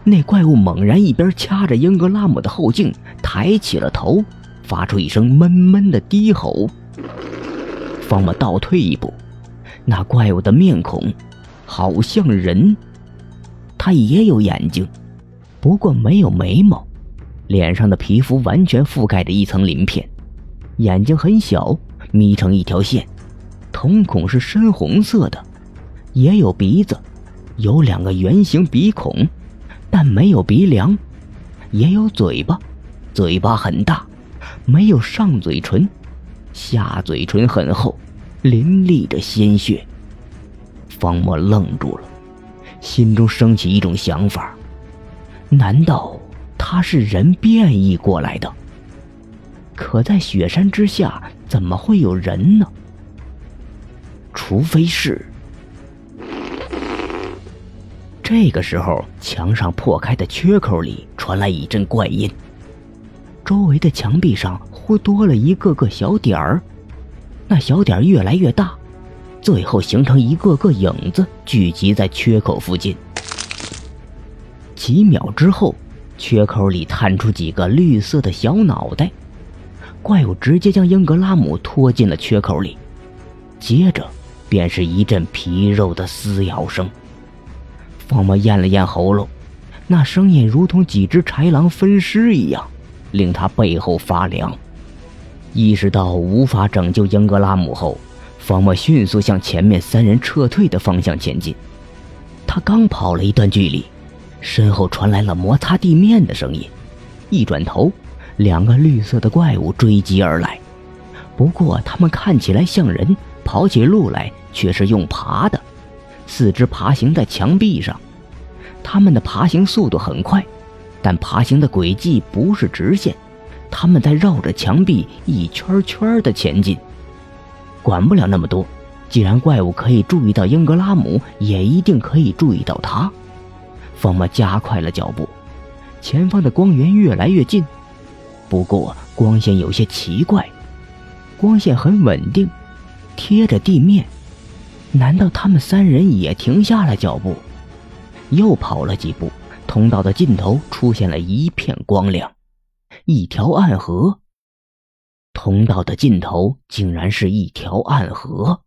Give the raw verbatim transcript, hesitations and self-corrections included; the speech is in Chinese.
那怪物猛然一边掐着英格拉姆的后颈，抬起了头，发出一声闷闷的低吼。方莫倒退一步，那怪物的面孔好像人，他也有眼睛，不过没有眉毛，脸上的皮肤完全覆盖着一层鳞片，眼睛很小，眯成一条线，瞳孔是深红色的，也有鼻子，有两个圆形鼻孔，但没有鼻梁，也有嘴巴，嘴巴很大，没有上嘴唇，下嘴唇很厚，淋漓着鲜血。方莫愣住了，心中升起一种想法，难道他是人变异过来的？可在雪山之下怎么会有人呢？除非是……这个时候，墙上破开的缺口里传来一阵怪音，周围的墙壁上忽多了一个个小点儿，那小点越来越大，最后形成一个个影子聚集在缺口附近。几秒之后，缺口里探出几个绿色的小脑袋，怪物直接将英格拉姆拖进了缺口里，接着便是一阵皮肉的撕咬声。方莫咽了咽喉咙，那声音如同几只豺狼分尸一样，令他背后发凉。意识到无法拯救英格拉姆后，方莫迅速向前面三人撤退的方向前进。他刚跑了一段距离，身后传来了摩擦地面的声音，一转头，两个绿色的怪物追击而来，不过他们看起来像人，跑起路来却是用爬的，四肢爬行在墙壁上。他们的爬行速度很快，但爬行的轨迹不是直线，他们在绕着墙壁一圈圈的前进。管不了那么多，既然怪物可以注意到英格拉姆，也一定可以注意到他。方莫加快了脚步，前方的光源越来越近，不过光线有些奇怪，光线很稳定，贴着地面。难道他们三人也停下了脚步？又跑了几步，通道的尽头出现了一片光亮，一条暗河。通道的尽头竟然是一条暗河。